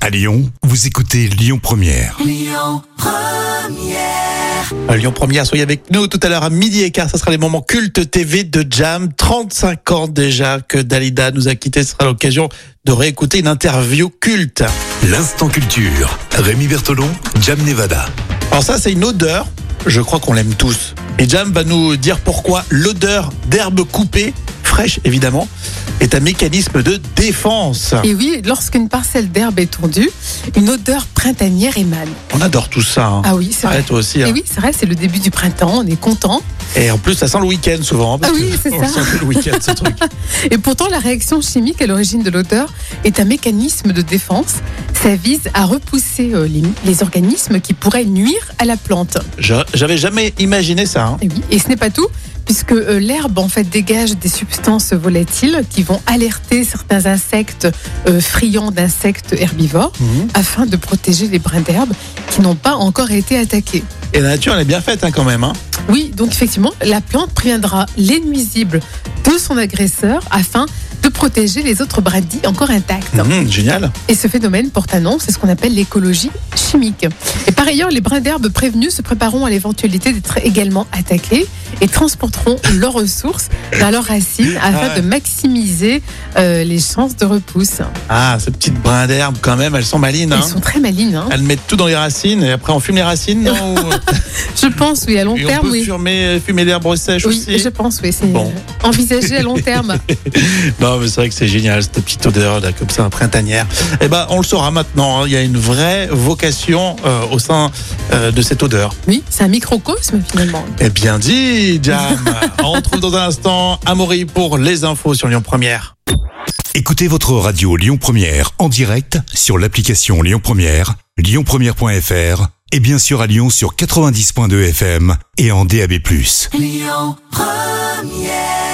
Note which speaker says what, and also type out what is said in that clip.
Speaker 1: À Lyon, vous écoutez Lyon Première.
Speaker 2: Lyon Première.
Speaker 3: Lyon Première, soyez avec nous tout à l'heure à 12h15. Ce sera les moments cultes TV de Jam. 35 ans déjà que Dalida nous a quittés. Ce sera l'occasion de réécouter une interview culte.
Speaker 1: L'instant culture. Rémi Bertolon, Jam Nevada.
Speaker 3: Alors ça, c'est une odeur. Je crois qu'on l'aime tous. Et Jam va nous dire pourquoi l'odeur d'herbe coupée, fraîche évidemment, est un mécanisme de défense.
Speaker 4: Et oui, lorsqu'une parcelle d'herbe est tondue, une odeur printanière émane.
Speaker 3: On adore tout ça. Hein.
Speaker 4: Ah oui, c'est vrai.
Speaker 3: Toi aussi. Hein.
Speaker 4: Et oui, c'est vrai, c'est le début du printemps, on est content.
Speaker 3: Et en plus, ça sent le week-end souvent. Parce
Speaker 4: Ah oui,
Speaker 3: que
Speaker 4: c'est
Speaker 3: on
Speaker 4: ça.
Speaker 3: sent que le week-end, ce truc.
Speaker 4: Et pourtant, la réaction chimique à l'origine de l'odeur est un mécanisme de défense. Ça vise à repousser les organismes qui pourraient nuire à la plante.
Speaker 3: J'avais jamais imaginé ça. Hein.
Speaker 4: Et oui, et ce n'est pas tout, puisque l'herbe en fait dégage des substances volatiles qui vont alerter certains insectes friands d'insectes herbivores afin de protéger les brins d'herbe qui n'ont pas encore été attaqués.
Speaker 3: Et la nature, elle est bien faite hein, quand même. Hein.
Speaker 4: Oui, donc effectivement, la plante préviendra les nuisibles de son agresseur afin de protéger les autres brindilles encore intactes.
Speaker 3: Génial.
Speaker 4: Et ce phénomène porte un nom, c'est ce qu'on appelle l'écologie chimique. Et par ailleurs, les brins d'herbe prévenus se prépareront à l'éventualité d'être également attaqués et transporteront leurs ressources vers leurs racines afin de maximiser les chances de repousse.
Speaker 3: Ah, ces petites brins d'herbe quand même, elles sont malines. Hein.
Speaker 4: Elles sont très malines. Hein.
Speaker 3: Elles mettent tout dans les racines et après on fume les racines, non?
Speaker 4: Je pense, oui, à long
Speaker 3: Et
Speaker 4: terme,
Speaker 3: on peut
Speaker 4: oui.
Speaker 3: fumer l'herbe sèche
Speaker 4: Oui,
Speaker 3: aussi.
Speaker 4: je pense, oui, c'est
Speaker 3: Bon.
Speaker 4: envisagé à long terme.
Speaker 3: Non, mais c'est vrai que c'est génial, cette petite odeur là, comme ça, printanière. Eh ben, on le saura maintenant. Hein. Il y a une vraie vocation au sein de cette odeur.
Speaker 4: Oui, c'est un microcosme finalement.
Speaker 3: Eh bien dit, Jam. On retrouve dans un instant Amaury pour les infos sur Lyon Première.
Speaker 1: Écoutez votre radio Lyon Première en direct sur l'application Lyon Première, lyonpremière.fr et bien sûr à Lyon sur 90.2 FM et en DAB+.
Speaker 2: Lyon Première.